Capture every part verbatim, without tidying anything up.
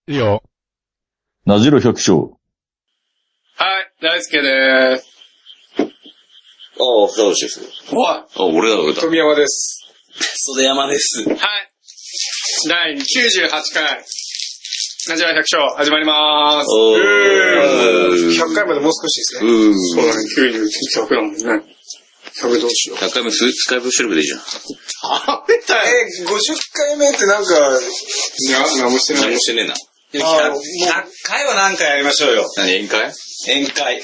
いいよ。 なじろ百姓。 はい、大輔でーす。 ああ、ふたおしです。 おい。 あ、俺だ、俺だ。 富山です。 袖山です。 はい。だいきゅうじゅうはちかい、なじろ百姓、始まりまーす。 おー。ひゃっかいまでもう少しですね。 うーん。 そうだね、きゅうじゅうひゃくだもんね。ひゃくどうしよう。 ひゃっかいめスカイプ収録でいいじゃん。 あ、めたえ、ごじゅっかいめってなんか、 いや、何もしてない。 何もしてねえな。 ひゃく回は何回やりましょうよ。 何、宴会宴会。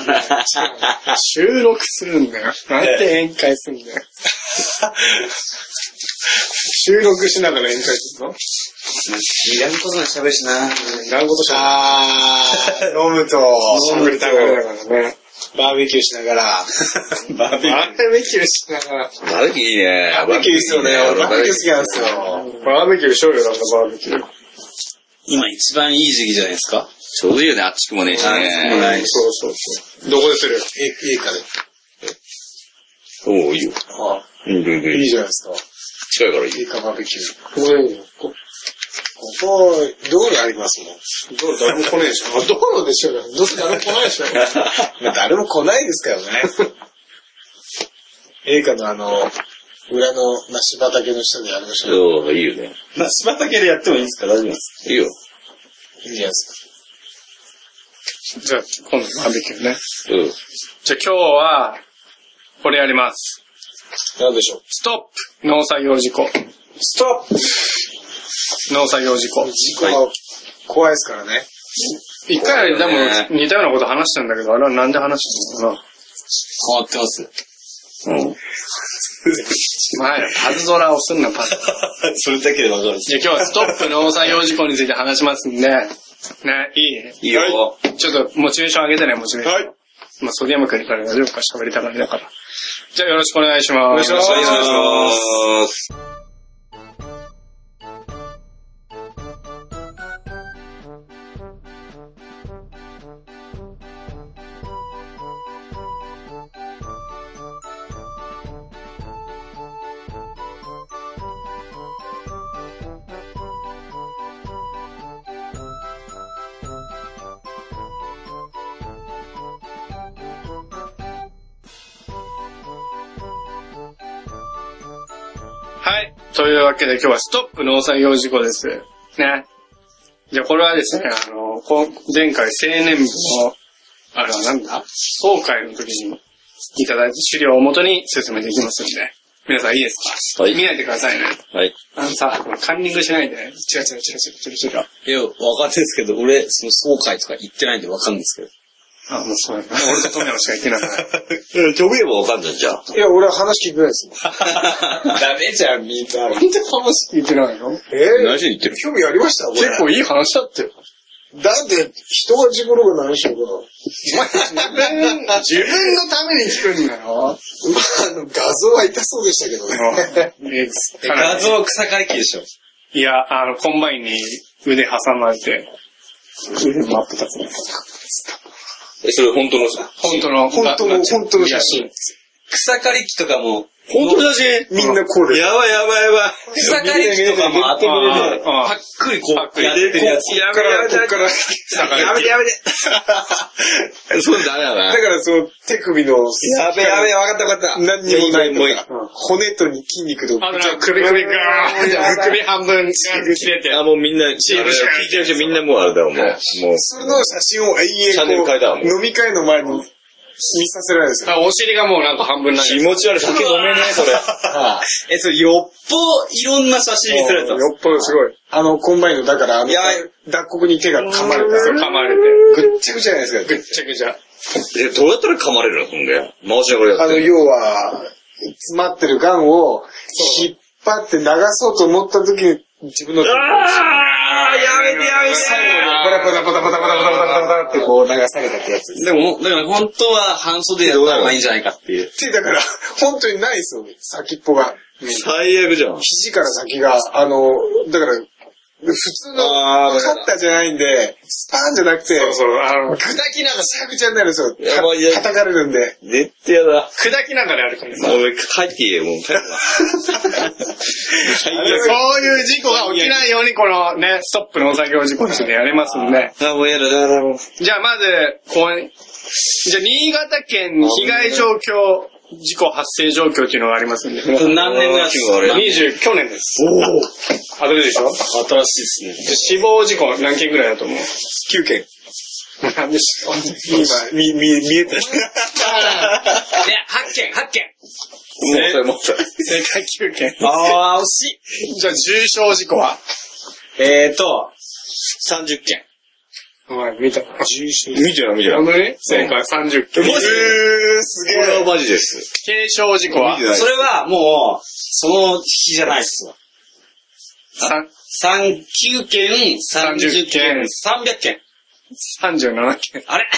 収録するんだよ。なんて宴会すんだよ。収録しながら宴会するの？ いらんことに喋るしな。 いらんことしゃあー、飲むと、 飲むと、だからね。 バーベキューしながら。 バーベキューしながら。 バーベキューいいね。 バーベキューいいっすよね。バーベキュー好きなんですよ。 バーベキューしようよ、なんかバーベキュー。 今一番いい時期じゃないですか。 ちょうどいいよね、あっちくもねえしね。 そうそうそう。どこでする？ 家かで。 おう、いいよ。 あうん、うん、うん。 いいじゃないですか。 近いからいい。 家かバーベキュー。 ここでいいよ。こここ、道路ありますもん。 道路誰も来ないでしょ。あ、道路でしょ。どうせ誰も来ないでしょ。 誰も来ないですからね。映画のあの、裏の梨畑の下でやりましょう。 そう、いいよね。 梨畑でやってもいいですか？大丈夫ですいいよ。 いいんじゃないですじゃあ、今度バーベキューね。 うん。 じゃあ今日は、これやります。 か。なんでしょう。 ストップ農作業事故。 ストップ農作業事故。 事故は怖いですからね。 一回でも似たようなこと話したんだけど、あれはなんで話したのかな？ 変わってます。 うん。前、パズドラをすんな、パズドラ。 それだけでわかるんです。 じゃあ今日はストップ農作業事故について話しますんで、ね、いい？ いいよ。 ちょっとモチベーション上げてね、モチベーション。 はい。 まあ、袖山くんから大丈夫か喋りたがりだから。じゃあよろしくお願いします。 お願いします。 お願いします。 はい。というわけで今日はストップ農作業事故です。ね。じゃあこれはですね、あの、前回青年部の、あれはなんだ総会の時にいただいた資料をもとに進めていきますんで、皆さんいいですか？ はい。 見ないでくださいね。 はい。 あのさ、カンニングしないで、チラチラチラチラチラチラ。 いや、わかんないですけど、俺、その総会とか行ってないんでわかんないですけど。 あ、もうそうだね。俺と富山しか言ってないから。 飛べばわかんじゃん、じゃあ。 いや、俺は話聞いてないですもん。 ダメじゃん、みんな。 なんで話聞いてないの？ え何しに言ってる？ 興味ありましたこれ。 結構いい話だってよ。 だって、人が事故るが何しようかな。 自分、自分のために聞くんだよ。 まあ、あの、画像は痛そうでしたけどね。 画像草刈り機でしょ。 いや、あの、コンバインに腕挟まれて、腕真っ二つに。 え、それ本当の本当の、 本当の、本当の写真。 草刈り機とかも、 本当の写真みんなこうで。 やばいやばいやばい。 草刈り機とかも頭で、パックリこう、やってるやつ。 やめやめこっから、 やめてやめて。そうダメだな。 だからその手首の、 やべやべ、わかったわかった。 何にもないともういいか、骨と筋肉と、 あの、首首ガー首半分切れて。 あ、もうみんな、聞いてる人みんなもうあれだわ、もう。もう。 その写真を永遠チャンネル変えたわもう飲み会の前に見させられるんですよ。 あ、お尻がもうなんか半分ない。 気持ち悪い。酒飲めねえ、それ。 え、それよっぽいろんな写真見せられたんですよっぽどすごい。あの、コンバインの、だから、あの、脱穀に手が噛まれた。 噛まれて。 ぐっちゃぐちゃじゃないですか。 ぐっちゃぐちゃ。 え、どうやったら噛まれるのそんで。回しながらやあの、 って。 要は、詰まってるガンを引っ張って流そうと思った時に、自分の手を。 あー、やめてやめて。 最後にパタパタパタパタパタパタパタパタってこう流されたってやつです。 でも、だから本当は半袖やった方がいいんじゃないかっていう。 手だから、本当にないですよ、先っぽが。 最悪じゃん。 肘から先が、あの、だから、 普通のカッターじゃないんで、スパーンじゃなくて、 そうそう、あの、 砕きながらしゃくちゃになるんですよ。 やばいや叩かれるんで。 絶対やだ。 砕きながらやるからさ。 俺、帰っていいよ、もう帰るわ。 そういう事故が起きないように、このね、ストップの作業事故中でやれますんで。 あ、もうやだ、やだ、もう。 じゃあまず、こう、じゃあ新潟県被害状況、事故発生状況っていうのがありますんで。 何年のやつがあれにじゅう、去年です。 おお。 当たるでしょ？ 新しいですね。 死亡事故何件ぐらいだと思う？ きゅうけん。 なんでしょう？ 今、見、見、見えた。 ね、はちけん、はちけん。 もうそれもうそれ。 正解きゅうけん。 あー、惜しい。 じゃあ重傷事故は？ えーと、さんじゅっけん。 はい、見た。重傷。 見てない、見てない。 本当に？正解さんじゅっけん。 えー、すげえ。 これはマジです。 軽傷事故は？ それはもう、その日じゃないっすわ。さん、きゅうけん、さんじゅっけん、さんびゃっけん。 さんじゅうななけん。 あれ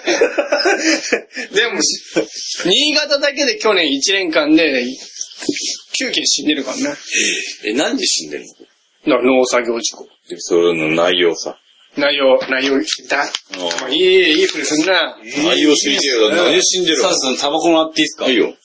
でも、新潟だけで去年いちねんかんできゅうけん死んでるからね。 え、なんで死んでるの？ だから農作業事故。 それの内容さ。 内容、内容聞いた。いい、いいふりすんな。 内容知りてえよ。何で死んでるの？サウさん、タバコもらっていいですか？いいよ。よ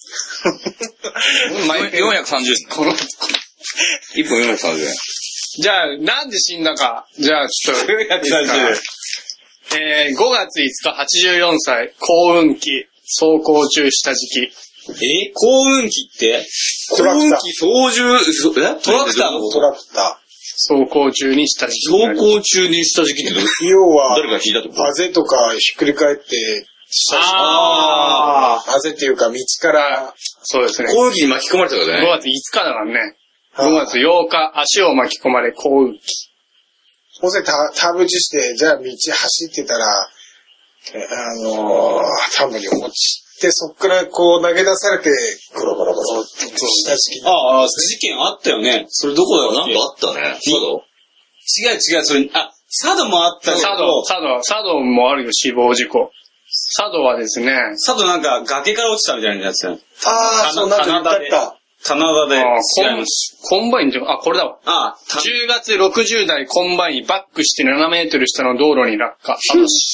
んひゃくさんじゅうえん。この、いっぽんよんひゃくさんじゅうえん。 じゃあ、なんで死んだか。じゃあ、ちょっと。よんひゃくさんじゅうえん。えー、ごがついつか、はちじゅうよんさい、幸運期、走行中下敷き。 え幸運期ってトラクター。 幸運期操縦、えトラクターのトラクタ走行中に下敷き。 走行中に下敷きってどうー。要は、 誰か引いたってこと？ あぜとかひっくり返って、 ああぜっていうか道から、 そうですね。 幸運期に巻き込まれたからね。 ごがついつかだからね。ごがつようか、足を巻き込まれ、幸運期。 もした、田淵して、じゃあ道走ってたら、あのー、田んぼに落ちて、そっからこう投げ出されて、ゴロゴロゴロって下敷きに。 ああ、事件あったよね。それどこだよ？なんかあったね。佐渡？違う違う、それ、あ、佐渡もあったけど。 佐渡、佐渡、佐渡もあるよ、死亡事故。佐渡はですね。 佐渡なんか崖から落ちたみたいなやつや。 ああ、そうなんか言ったった。 棚田で。 あ違います。コンバインって、あ、これだわ。 ああ、 じゅうがつろくじゅうだいコンバインバックしてななメートル下の道路に落下。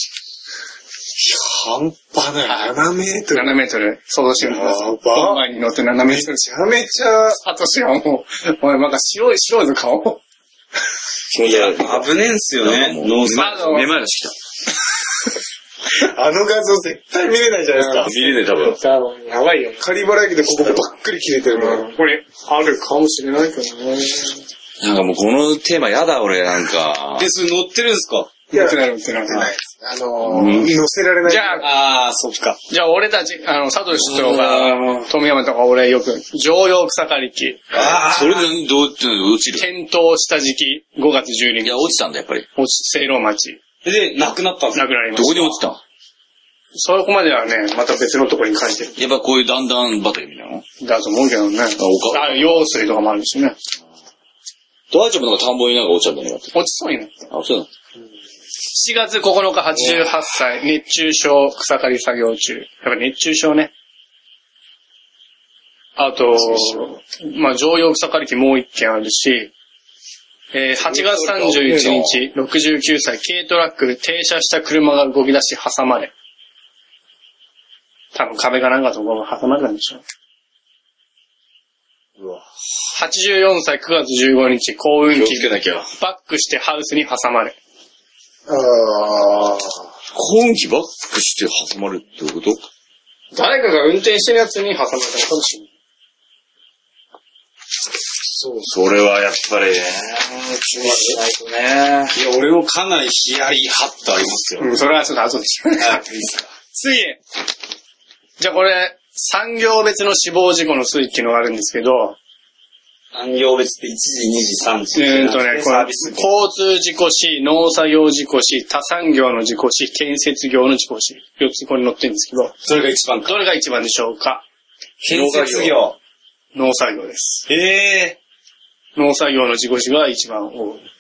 半端ない。ななメートル。 ななメートル。想像してみてください。 やばコンバインに乗ってななメートル。 めちゃめちゃ、 サトシはもう、お前なんか白い、白いぞ顔。 いや、危ねえんすよね。ノースめまいがしてあの画像絶対見れないじゃないですか。 見れねえ、多分。 多分、やばいよ。 仮払い機でここばっくり切れてるの。 これ、あるかもしれないけどね。 なんかもうこのテーマやだ、俺、なんか。え、それ乗ってるんすか？ いや、 乗ってない乗ってない。 あのー、乗せられない。 じゃあ、 あー、そっか。 じゃあ俺たち、あの、サトシとか、富山とか俺よく、常用草刈り機。 あー。それでどう、どう落ちる？ 転倒下敷き、ごがつじゅうににち。 いや、落ちたんだ、やっぱり。 落ち、聖籠町。 で、亡くなったんですか？ 亡くなりました。 どこに落ちた？ そこまではね、また別のところに書いてる。 やっぱこういう段々畑みたいなの？ だと思うけどね。あ、あ、用水とかもあるしね。 大丈夫なんか田んぼになんか落ちちゃったんだよ。 落ちそうになった。 あ、そうだ。 しちがつここのかはちじゅうはっさい、熱中症草刈り作業中。やっぱ熱中症ね。あと、まあ、常用草刈り機もう一件あるし、えー、はちがつさんじゅういちにち、ろくじゅうきゅうさい、軽トラック、停車した車が動き出し挟まれ。多分壁がなんかところが挟まれたんでしょう。 うわ。 はちじゅうよんさい、くがつじゅうごにち、幸運期、 なきゃ。 バックしてハウスに挟まれ。 あー。 幸運期バックして挟まるってこと？ 誰かが運転してるやつに挟まれたのかもしれない。 そう。 それはやっぱりね、注意しないとね。いや、俺もかなりヒヤリハッとありますよ。 うん、それはちょっと後でしょ。 あ、いいですか。 次。じゃあこれ、産業別の死亡事故の推移っていうのがあるんですけど、 産業別っていちじ、にじ、さんじ。 えーっとね、これ、交通事故死、農作業事故死、他産業の事故死、建設業の事故死。よっつここに載ってるんですけど、 それが一番か。 どれが一番でしょうか？ 建設業。 農作業です。 へえ。 農作業の事故死が一番多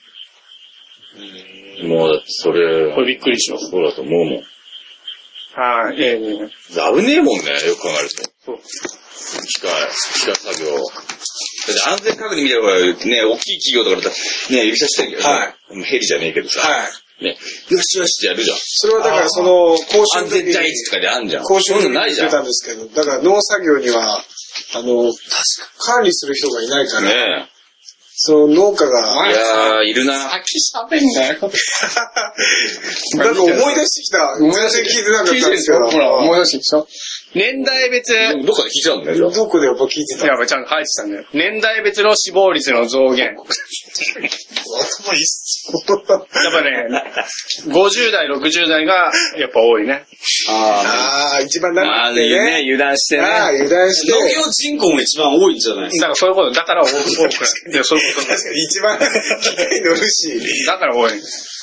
い。 もうだってそれ、 これびっくりしよう。 そうだと思うもん。 はい、ええー、 危ねえもんね、よく考えると。 そう。 機械、機械作業。 安全確認見たら、ね、大きい企業とかだったら、ね、指差してるけど、はい。ヘリじゃねえけどさ。はい。ね。よしよしってやるじゃん。 それはだからその、講習安全第一とかであんじゃん。 講習にないじゃん。言ってたんですけど、だから農作業には、あの、管理する人がいないから。ねえ。そう、農家が。 いやー、いるな。 先喋んなよ。 なんか思い出してきた。全然聞いてなかったんですけど。 ほら、思い出してきた。年代別。 どっかで聞いてたんだよ。 どこでやっぱ聞いてた。 やっぱちゃんと入ってたんだよ。年代別の死亡率の増減。頭いいっす。 やっぱね、ごじゅう代、ろくじゅう代がやっぱ多いね。 ああ、一番長くてね。 油断してね。 ああ、油断して。 農業人口も一番多いんじゃないですか。 だからそういうこと、だから多くなる。いや、そういうこと。 確かに一番機械乗るし。 だから多い。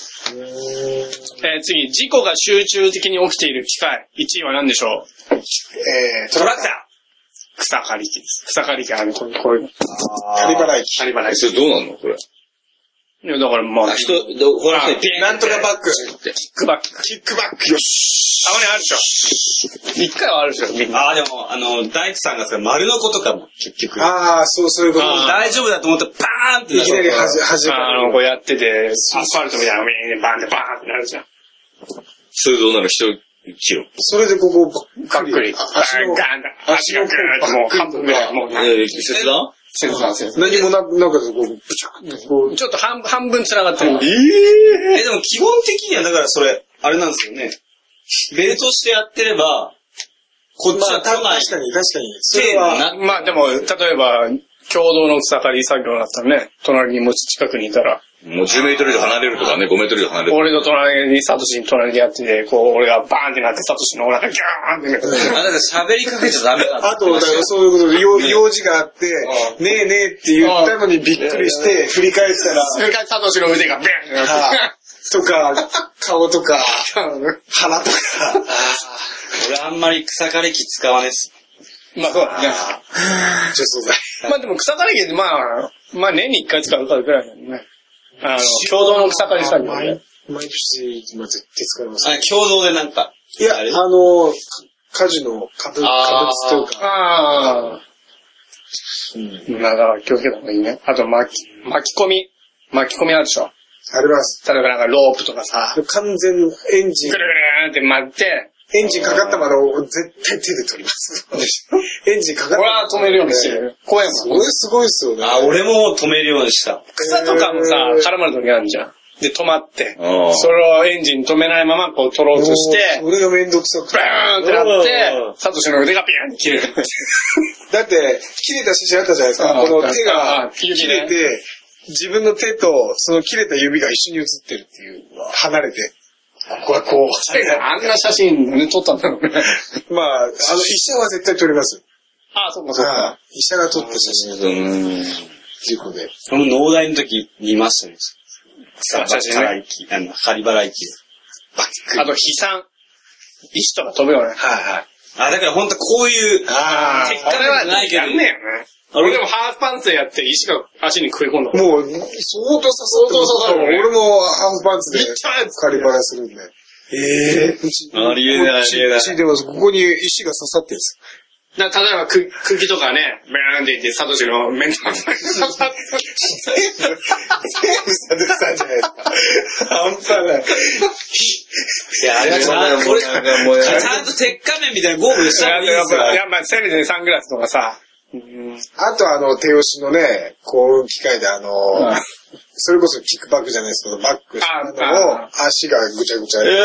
えー、次、事故が集中的に起きている機械。いちいは何でしょう？ えー、トラクター。 草刈り機です。草刈り機、あの、こういう、こういう。 刈り払い機。 刈り払い機。 それどうなんのこれ。 いや、だからまあ、 人、ほら、 なんとかバック。 キックバック。 キックバック。よし。 たまにあるでしょ。一回はあるでしょ、みんな。 ああ、でも、あの、大工さんがさ、丸の子とかも、結局。 ああ、そう、そういうこと。 大丈夫だと思ったら、バーンっていきなりはじ、はじあの、こうやってて、アスファルトみたいなのがバンってバーンってなるじゃん。 それどうなる人、キロ。 それでここ、 ばっくり。足の、足がグーッともう半分ぐらい、もう。 え、切断切断切断。 何もな、なんかこう、ブチャッこう。 ちょっと半半分繋がってる。 えええ、でも基本的にはだからそれ、あれなんですよね。ベルトしてやってれば、こっちは確かに、確かに。それは。 まあでも、例えば、共同の草刈り作業だったらね、隣にもし近くにいたら。 もうじゅうメートル以上離れるとかね、ごメートル以上離れる。 俺の隣に、サトシに隣でやってて、こう、俺がバーンってなって、サトシのお腹ギャーンってなって。 あ、だから喋りかけちゃダメなんだ。 あと、だからそういうことで、用事があって、ねえねえって言ったのにびっくりして、振り返ったら。 それからサトシの腕がビャーンってなって。 とか、顔とか、鼻とか。 俺あんまり草刈り機使わねえっす。 まあそうだね。 除草剤。 まあでも草刈り機ってまあ、まあ年に一回使うからぐらいだよね。あの、共同の草刈り作業ね。 毎年、今絶対使います。 あ、共同でなんか。 いや、あの、果樹の株、株というか。 ああ。うん。まあだから気をつけた方がいいね。あと巻き、巻き込み。巻き込みあるでしょ。 あります。 例えばなんかロープとかさ。 完全エンジン。 ぐるぐるって巻いて。 エンジンかかったまでを絶対手で取ります。エンジンかかった。 俺は止めるようにしてる。怖いもん。 すごいすごいっすよね。 あ、俺も止めるようにした。 草とかもさ、絡まる時あるじゃん。で、止まって。それをエンジン止めないままこう取ろうとして。 俺がめんどくさくて。 バーンってなって、サトシの腕がピーンって切れる。 だって、切れた写真あったじゃないですか。この手が切れて、自分の手とその切れた指が一緒に写ってるっていう。離れて。ここはこう。 あんな写真ね、撮ったんだろうね。 まあ、あの、医者は絶対撮ります。 ああ、そうかそうか。 医者が撮った写真。事故で。 この農大の時見ましたね。 写真ね。 あの、仮払い機。 あと、飛散。石とか飛ぶよね。 はいはい。 あ、だからほんとこういう、 ああ、 鉄火ではないけど。やんねえよね。俺でもハーフパンツでやって石が足に食い込んだ。 もう、相当刺さって相当刺さる。俺もハーフパンツで仮払いするんで。ええー。ありえない、ありえない。 でもここに石が刺さってるんですだ例えばく、茎とかね、ブーンって言って、サトシの面倒くさい。 全部、全部サトシさんじゃないですか。半端ない。 いや、あれはこれ、ちゃんと鉄仮面みたいなゴーグルしたらいいですよ。 やっぱ、せめてサングラスとかさ。 あとあの、手押しのね、こう機械であの、それこそキックバックじゃないですけど、バックしたのを、足がぐちゃぐちゃで。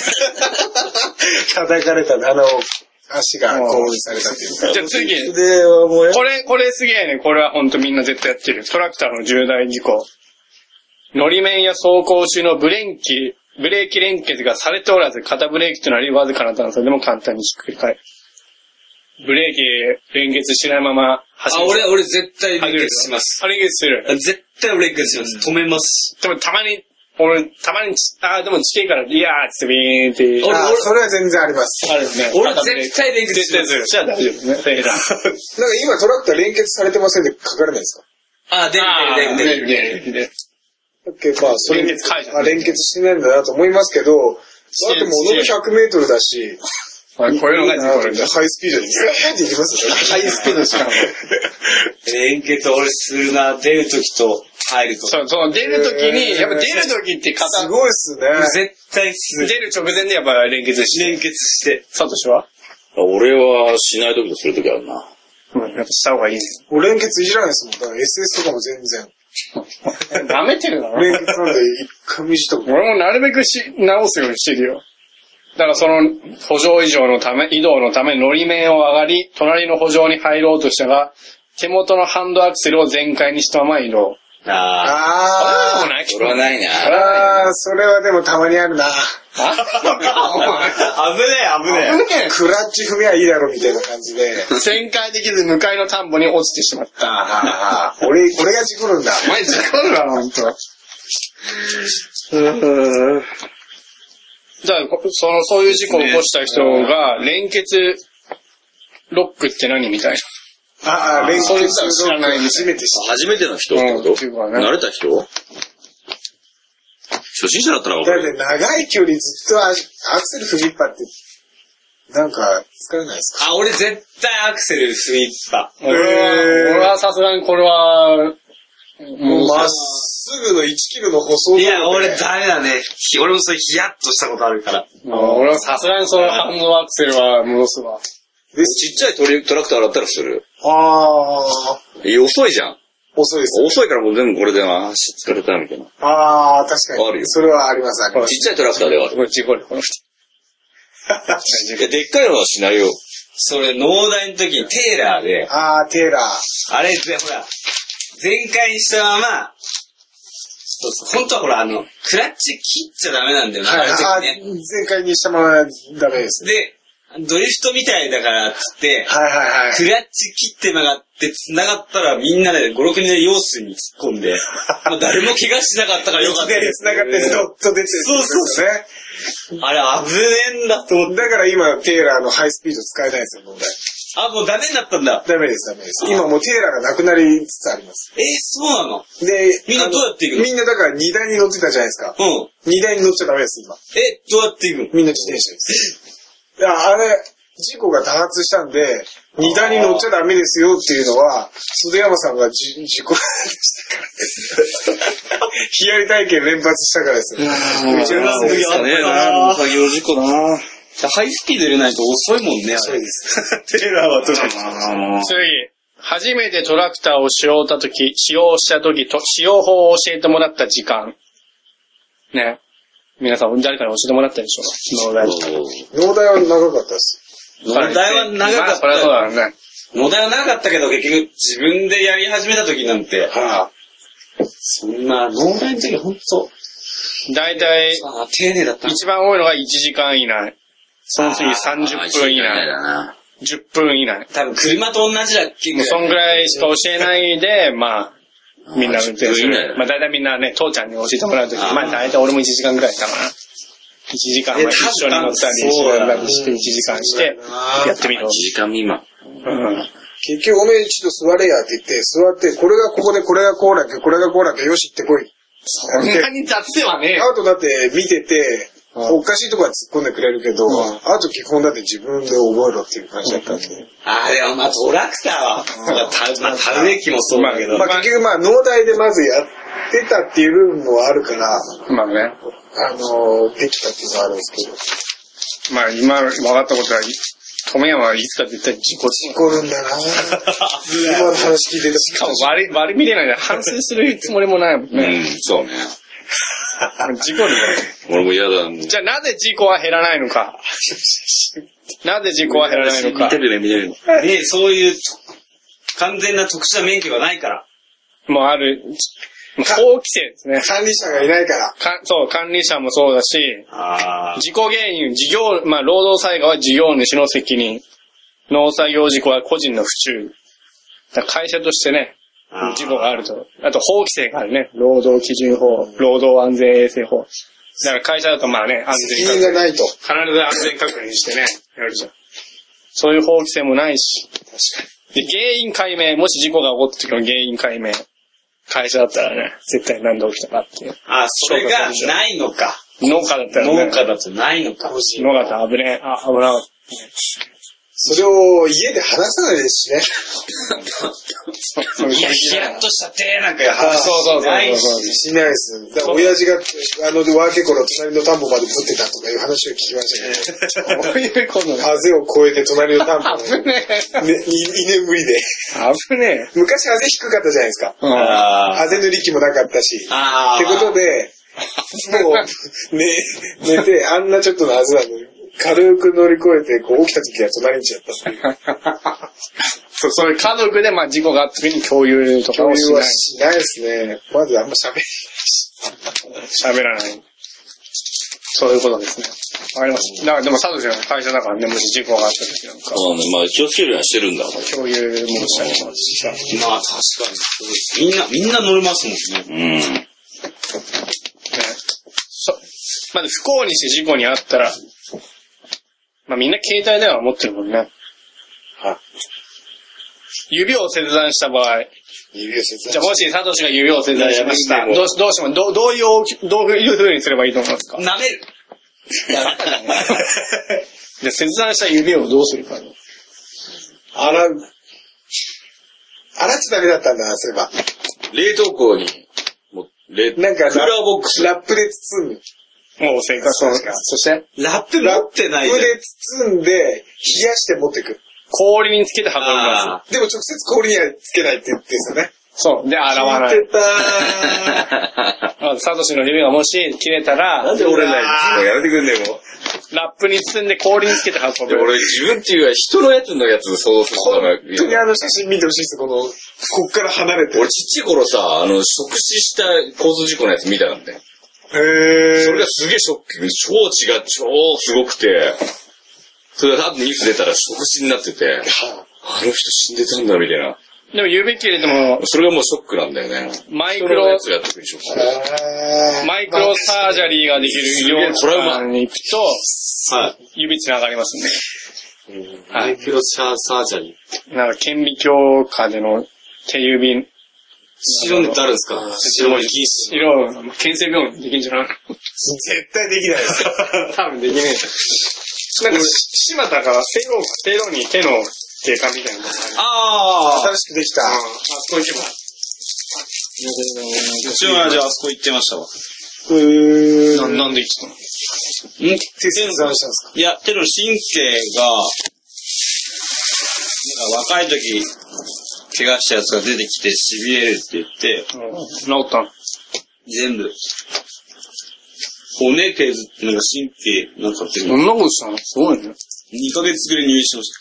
叩かれたあの、足が興奮されたっていうか。 じゃあ次。これ、これすげえね。これはほんとみんな絶対やってる。トラクターの重大事故。乗り面や走行中のブレーキ、ブレーキ連結がされておらず、片ブレーキとなりわずかな段差でも簡単にひっくり返る。ブレーキ連結しないまま走る。 あ、俺、俺絶対連結します。 あ、連結する。 絶対連結します。止めます。 でもたまに、俺、たまに、あ、でも地形から、いやーってビーンって。 俺、俺、それは全然あります。 あるね。 俺絶対連結します。 じゃあ大丈夫ね。なんか今トラクター連結されてませんで書かれないですか？ あ、出る出る出る出る出る。 だっけ、まあ、それ連結解除。 連結してないんだなと思いますけど、だってもう、ひゃくメートルだし、 こういうのが事故るんだ。 ハイスピードにグーっていきますよね。 ハイスピードしかも。 連結俺するな、出るときと入ると。 そう、そう、出るときに、やっぱ出るときって肩、 すごいっすね。 絶対する。 出る直前でやっぱ連結して。 連結して。 サトシは俺はしないときとするときあるな。 うん、やっぱした方がいいね。 俺連結いじらないですもん。だから エスエス とかも全然。 舐めてるだろ。 連結なんで一回もいじったことない。 俺もなるべくし直すようにしてるよ。だからその補助移動のため、移動のため乗り面を上がり、隣の補助に入ろうとしたが、手元のハンドアクセルを全開にしたまま移動。 ああ。 ああ。それはない。 それはないな。 ああ、それはでもたまにあるな。 危ねえ、危ねえ。 クラッチ踏みはいいだろみたいな感じで。 旋回できず向かいの田んぼに落ちてしまった。 ああ、俺、俺が事故るんだ。 お前事故るわ、ほんと。じゃあ、その、そういう事故を起こした人が、連結ロックって何みたいな。 ああ、連結ロック知らない。 初めて知っ初めての人ってこと、うん、慣れた人初心者だったら分かる。 だって長い距離ずっとアクセル踏みっぱって、なんか疲れないですか？ あ、俺絶対アクセル踏みっぱ。 俺は、俺はさすがにこれは、 もうまっすぐのいちキロの舗装、 ね、いや、俺ダメだね。俺もそれヒヤッとしたことあるから。 俺はさすがにそのハンドアクセルは戻すわ。 で、ちっちゃいトリトラクターだったらする。 ああ。 遅いじゃん。 遅いです。 遅いからもう全部これで足疲れたみたいな。 ああ、確かに。 あるよ。 それはあります、あります。 ちっちゃいトラクターではある。 これ事故る、この人。 いや、でっかいのはしないよ。 それ、農大の時にテーラーで。 ああ、テーラー。 あれ、ほら、全開にしたまま、そうそう、本当はほら、あの、クラッチ切っちゃダメなんだよな、 はい、 あれ、ね。 全開にしたままダメです。 で、ドリフトみたいだからっつって、 はいはいはい。 クラッチ切って曲がって繋がったらみんなでご、ろくにんで用水に突っ込んで、もう誰も怪我しなかったからよかったです。 繋がってドッと出てる。そうそうそう。あれ危ねえんだと思って。 だから今テーラーのハイスピード使えないですよ、問題。 あ、もうダメになったんだ。 ダメです、ダメです。今もうテーラーがなくなりつつあります。 えー、そうなの？ で、 みんなどうやって行くの？ みんなだから荷台に乗ってたじゃないですか。 うん。 荷台に乗っちゃダメです、今。 え、どうやって行くの？ みんな自転車です。いや、あれ、事故が多発したんで、荷台に乗っちゃダメですよっていうのは、袖山さんがじ事故したからです。ヒヤリ体験連発したからですよ。 うちのすげえな。作業事故だな。ハイスピード入れないと遅いもんね、 遅いです。 テーラーは特に。次。初めてトラクターを使用したとき、使用したときと、使用法を教えてもらった時間。ね。皆さん、誰かに教えてもらったでしょう？農大。 農大は長かったです。 農大は長かった。 そりゃそうだね。 農大は長かったけど、結局自分でやり始めた時なんて、はあ、そんな、農大の時ほんと、 だいたい、 丁寧だった。 一番多いのがいちじかん以内。その次さんじゅっぷん以内。じゅっぷん以内。 多分車と同じだっけ？ もうそんぐらいしか教えないで、まあ、みんな運転する。まあ大体みんなね、父ちゃんに教えてもらうとき、まあ大体俺もいちじかんぐらいだったかな。いちじかんまで一緒に乗ったり、一緒に乗ったりしていちじかんして、やってみろ。 いちじかん未満。 うん。 結局おめえ一度座れやって言って、座って、これがここで、これがこうなきゃ、これがこうなきゃ、よしってこい。 そんなに雑ではねえよ。 あとだって見てて、おかしいとこは突っ込んでくれるけど、あと基本だって自分で覚えろっていう感じだったんで。 ああ、でもまあトラクターは、まあ田植え機もそうだけど。 まあ結局まあ農大でまずやってたっていう部分もあるから、 まあね。 あの、できたっていうのはあるんですけど。 まあ今分かったことは、富山はいつか絶対事故る。 事故るんだな今の話聞いてた。 しかも割り、割り見れないで反省するつもりもないもんね。 うん、そうね。 事故るよ。 俺も嫌だ。 じゃあなぜ事故は減らないのか。なぜ事故は減らないのか。 見てるね、見てるね。 ねそういう完全な特殊な免許がないから。 もうある、法規制ですね。 管理者がいないから。 かそう、管理者もそうだし、 あ事故原因、事業、まあ労働災害は事業主の責任。農作業事故は個人の不注意。だ会社としてね、事故があると。あと法規制があるね。労働基準法、労働安全衛生法。だから会社だとまあね、安全責任がないと。 必ず安全確認してね、やるじゃん。そういう法規制もないし。確かに。で、原因解明、もし事故が起こった時の原因解明。会社だったらね、絶対何で起きたかっていう。 あ、それがないのか。 農家だったらね。 農家だとないのか。 農家だったら危ねえ、あ、危なかっそれを家で話さないですしね。 いや、ヒヤッとしたってなんか話そうそうそうそう。しないです。だから親父が、あの、ワーケコの隣の田んぼまで降ってたとかいう話を聞きましたけど。 そういうことね。 ハゼを越えて隣の田んぼ危ねえ。 ね、にねんぶりで。 危ねえ。 昔ハゼ低かったじゃないですか。ハゼの力もなかったし。ってことで、もう、ね、寝て、あんなちょっとのはずなのに。軽く乗り越えて、こう起きた時は隣に行っちゃったっていう。 そう、そういう家族で、まあ、事故があった時に共有とかをしない。 共有はしないですね。まずあんま喋らない。喋らない。そういうことですね。わかります。だから、でも、サトシの会社だからね、もし事故があった時なんか。 そうね、まあ気をつけるようにしてるんだ。 共有もしたりますしさ。 まあ、確かに。みんな、みんな乗れますもんね。 うん。 ね。そ、まず不幸にして事故にあったら、まあみんな携帯電話持ってるもんね。 はい。 指を切断した場合。 指を切断。 じゃあもしサトシが指を切断しました。どうし、どうしても、どう、どういう大き、どういう風にすればいいと思いますか？ 舐める。 いや、バカじゃない。で、切断した指をどうするか。 洗う。洗っちゃダメだったんだな、そういえば。 冷凍庫に、もう、冷なんか、 クーラーボックス。 ラップで包む。 もう正解。そうですか。そして、 ラップ持ってないじゃん。 ラップで包んで、冷やして持ってく。 氷につけて運びます。でも直接氷にはつけないって言ってんですよね。 そう。で、洗わない。 聞いてたー。サトシの指がもし切れたら、 なんで折れないのやめてくんねえ、もう。 ラップに包んで氷につけて運ぶ。 俺自分っていうか人のやつのやつ想像すると本当にあの写真見てほしいです、この、こっから離れて。 俺ちっちゃい頃さ、あの、即死した交通事故のやつ見たんだよ。 へー。 それがすげえショック。超血が超すごくて、それがあとニュース出たら即死になってて、あの人死んでたんだみたいな。 でも指切れても、 それがもうショックなんだよね。 マイクロ、 やってくるでしょマイクロサージャリーができる医療機関に行くと、はい、指つながりますね。 マイクロサージャリー。なんか顕微鏡下での手指、 白ってあるんですか？白い禁止。 色、検性病院できんじゃない？ 絶対できないです。 多分できねえ。なんか、柴田が手の、手のに手の経過みたいなのがああ、新しくできた。 あ、そう行けば。 うちはじゃああそこ行ってましたわ。 へー。 な、なんで行ってたの？ ん手切断したんですか？ いや、手の神経が、なんか若い時、怪我したやつが出てきて痺れるって言って、 うん、治ったの？ 全部。骨削ってなんか神経なんかってそんなことしたの？すごいね。 にかげつぐらい入院してました。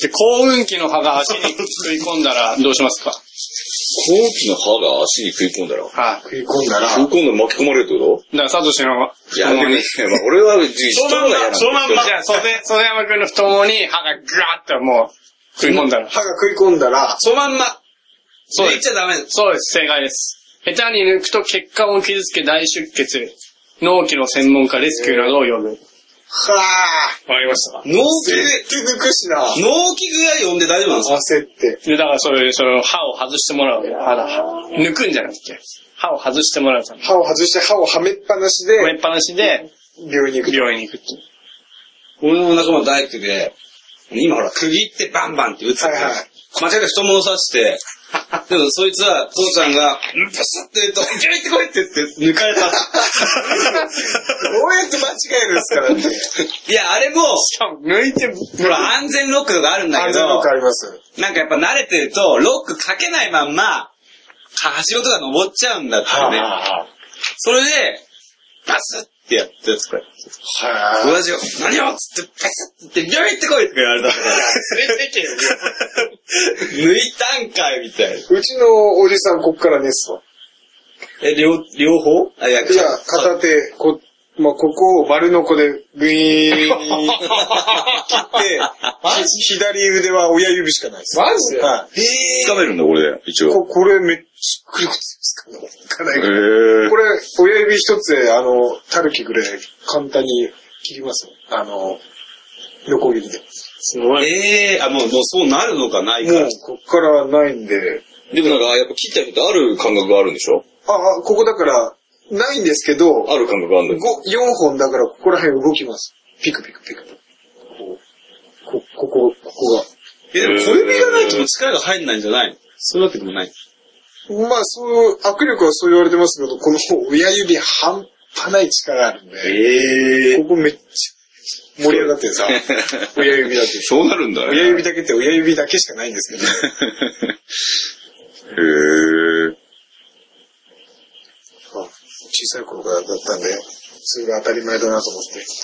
で、幸運期の歯が足に食い込んだらどうしますか？ 幸運期の歯が足に食い込んだらはい。 食い込んだら食い込んだら巻き込まれるってこと？ だから、サトシの太ももに。いや、まあ、俺は別にそのまんま、そのまんま。じゃあ、それ、曽山くんの太ももに歯がグワーってもう食い込んだら。 歯が食い込んだら、 そのまんま。 そうです。 抜いちゃダメです。 そうです。正解です。下手に抜くと血管を傷つけ大出血、脳気の専門家レスキューなどを呼ぶ。 はぁ。 わかりましたか？ 脳気絶対抜くしな。 脳気ぐらい呼んで大丈夫なんですか？ 焦って。 で、だからそういう、その歯を外してもらう。歯だ。抜くんじゃなくて、歯を外してもらうため。 歯を外して歯をはめっぱなしで、 はめっぱなしで、 病院に行く。 病院に行くっていう。 俺の仲間大工で、今ほら、釘ってバンバンって打つって、はいはい、間違えて太ももを刺して、でもそいつは、父ちゃんが、パシャって言うと、ギュイってこいって言って抜かれた。どうやって間違えるんですからね。 いや、あれも、 しかも抜いて、 ほら、安全ロックとかあるんだけど、 安全ロックあります。 なんかやっぱ慣れてると、ロックかけないまんま、はしごとか登っちゃうんだってね。はあ、それで、バスってやったやつこれ。はぁ。親父が、何をつって、パスって言って、病院行ってこいって言われたから。 連れてけよ。 抜いたんかいみたいな。 うちのおじさんこっから寝すわ。 え、両、両方あ、いや、 いや、片手、こ、まあ、ここを丸のこでグイーンに切って、左腕は親指しかないです。 マジで？ はい。 掴めるんだ、これで、一応。 ここれめっちゃくるくつ掴めかない。 へー。 これ、親指一つで、あの、タヌキぐらい簡単に切りますよ。あの、ノコギリで。 すごい。 ええー、あ、もう、もうそうなるのかないか。 もう、こっからないんで。 でもなんか、やっぱ切った人ってある感覚があるんでしょ？ あ、あ、ここだから、ないんですけど、 ある感覚があるんだよ。 よんほんだからここら辺動きます。ピクピクピク。 こが。 え、でも小指がないと力が入んないんじゃないの？そういうわけでもない。 まあ、そう、握力はそう言われてますけど、この親指半端ない力あるんで。 えー、ここめっちゃ盛り上がってるさ。親指だけ。 そうなるんだね。 親指だけって親指だけしかないんですけど。 へー。 小さい頃からだったんで、それが当たり前だなと思って。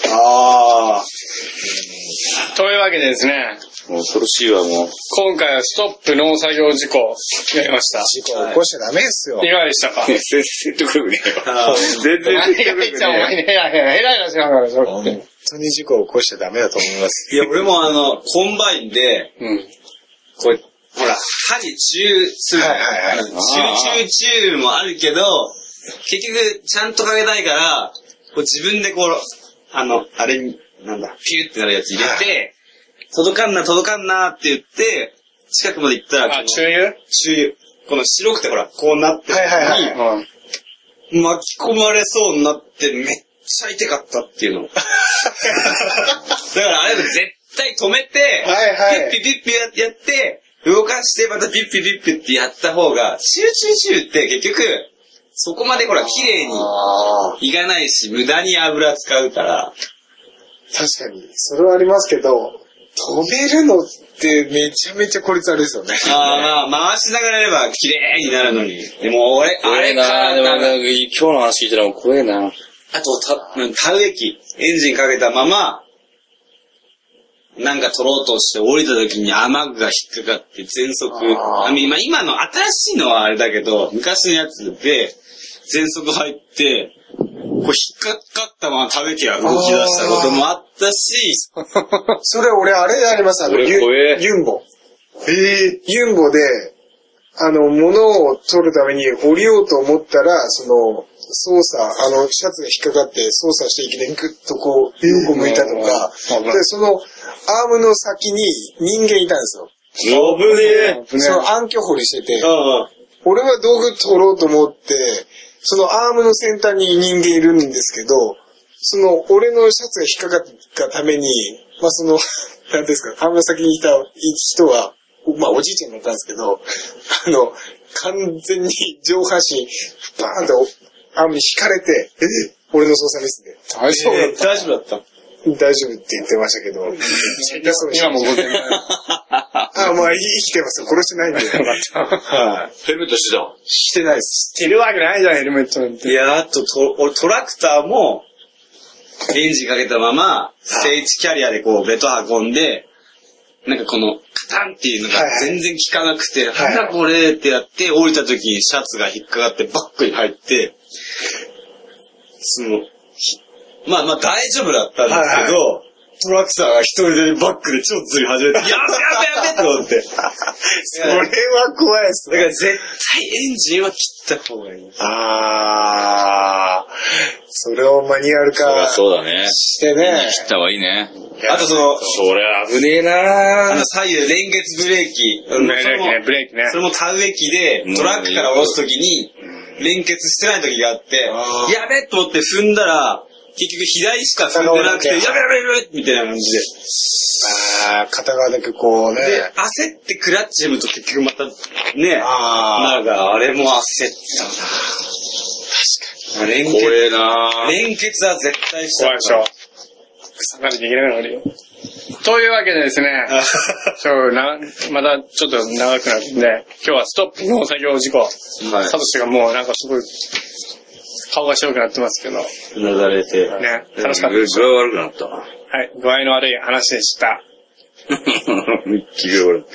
あー。というわけでですね。 もう恐ろしいわ、もう。 今回はストップ農作業事故やりました。 事故を起こしちゃダメですよ。 いかがでしたか？ 全然説得力ねえわ。全然説得力ねえわ。 お前ね、ヘラヘラヘラヘラしながら、 本当に事故を起こしちゃダメだと思います。 いや、俺もあの、コンバインで、 うん。 こう、ほら、針中する。 はいはいはい。 中中中もあるけど、結局、ちゃんとかけたいから、こう自分でこう、あの、あれに、なんだ、ピューってなるやつ入れて、届かんな、届かんなって言って、近くまで行ったら、 あ、中油？ 中油。この白くてほら、こうなってるのに、 はいはいはい巻き込まれそうになって、めっちゃ痛かったっていうの。だからあれ絶対止めて、 はいはいピッピピッピやって、動かしてまたピッピピッピってやった方が、チューチューチューって結局、そこまでほら、綺麗にいかないし、無駄に油使うから。 確かに、それはありますけど、止めるのってめちゃめちゃ効率悪いですよね。 ああ、まあ、回しながらやれば綺麗になるのに。でも俺、あれなでもなんか今日の話聞いたら怖えな。 あと、た、田植え機、エンジンかけたまま、なんか取ろうとして降りた時に雨具が引っかかって全速、あみまあ、今の新しいのはあれだけど、昔のやつで全速入って、こう引っかかったまま田植え機が動き出したこともあったし、 それ俺あれあります、あの、ユユンボ。えー、ユンボで、あの、物を取るために降りようと思ったら、その、操作、あの、シャツが引っかかって操作していきなりグッとこう、横向いたとか、で、その、アームの先に人間いたんですよ。 危ねえ。 その暗渠掘りしてて、 ああ俺は道具取ろうと思って、そのアームの先端に人間いるんですけど、その、俺のシャツが引っかかったために、まあ、その、なんですか、アームの先にいた人は、まあ、おじいちゃんだったんですけど、あの、完全に上半身、バーンとアームに引かれて、え俺の操作ミスで。 大丈夫だった、 大丈夫だった。 大丈夫って言ってましたけど、 今も動けない。 あ、まあ、生きてますよ。殺してないんで。 はい。ヘルメットしてた。 してないです。 してるわけないじゃん、ヘルメットなんて。 いや、あと、と俺トラクターも、エンジンかけたまま、ステージキャリアでこう、ベト運んで、なんかこの、カタンっていうのが全然効かなくて、なんだこれってやって、降りた時にシャツが引っかかってバッグに入って、その、まあまあ大丈夫だったんですけど、はいはい、トラクターが一人でバックでちょっとずり始めて、やべやべやべって思って。 それは怖いっすね。だから絶対エンジンは切った方がいい。 あー。それをマニュアル化そうだね。 してね。 切った方がいいね。 あとその、 それ危ねえなあの左右連結ブレーキ。 ブレーキね、ブレーキね。 それも田植え機でトラックから下ろすときに連結してない時があって、やべえと思って踏んだら、結局左しか踏んでなくて、やべやべやべみたいな感じで。 あー、片側だけこうね。 で、焦ってクラッチ踏むと結局また、ね、なんかあれも焦ったな。確かに。連結。 怖えな連結は絶対しちゃう。 怖いでしょ。草刈りできなくなるよ。というわけでですね、そうなまたちょっと長くなるんで、今日はストップ農作業事故。サトシがもうなんかすごい、顔が白くなってますけど。 うなだれて。 ね、楽しかったでしょ。 具合悪くなった。 はい、具合の悪い話でした。 気が悪い。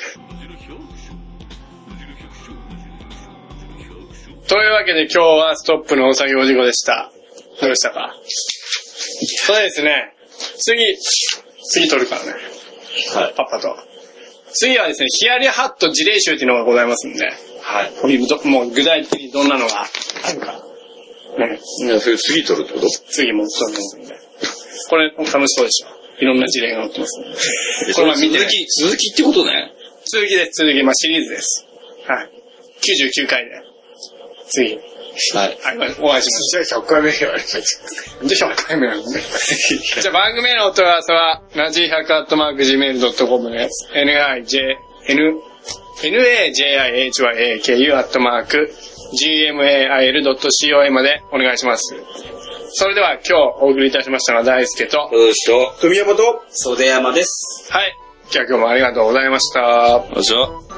というわけで今日はストップ農作業事故でした。どうでしたか？そうですね。次、次取るからね。はい。パッパと。次はですね、ヒヤリハット事例集っていうのがございますんで。はい。これもう具体的にどんなのがあるか。ね。 いや、それ次取るってこと？ 次も取るんで。これ楽しそうでしょ。いろんな事例が載ってますんで。これは見て、ね。 続き、続きってことね。 続きです、続き。まあシリーズです。はい。きゅうじゅうきゅうかいで。次。 はい。 お会いしましょう。 じゃあひゃっかいめやりましょう。 じゃあひゃっかいめなのね。じゃあ番組へのお問い合わせは、ラジひゃくアットマークジーメールドットコム です。エヌアイジェーエヌ、エヌエージェーアイエイチワイエーケーユー アットマーク ジーエムエーアイエルドットコム までお願いします。それでは今日お送りいたしましたのは大輔と、 よしと、 富山と、 袖山です。 はい。じゃあ今日もありがとうございました。 よいしょ。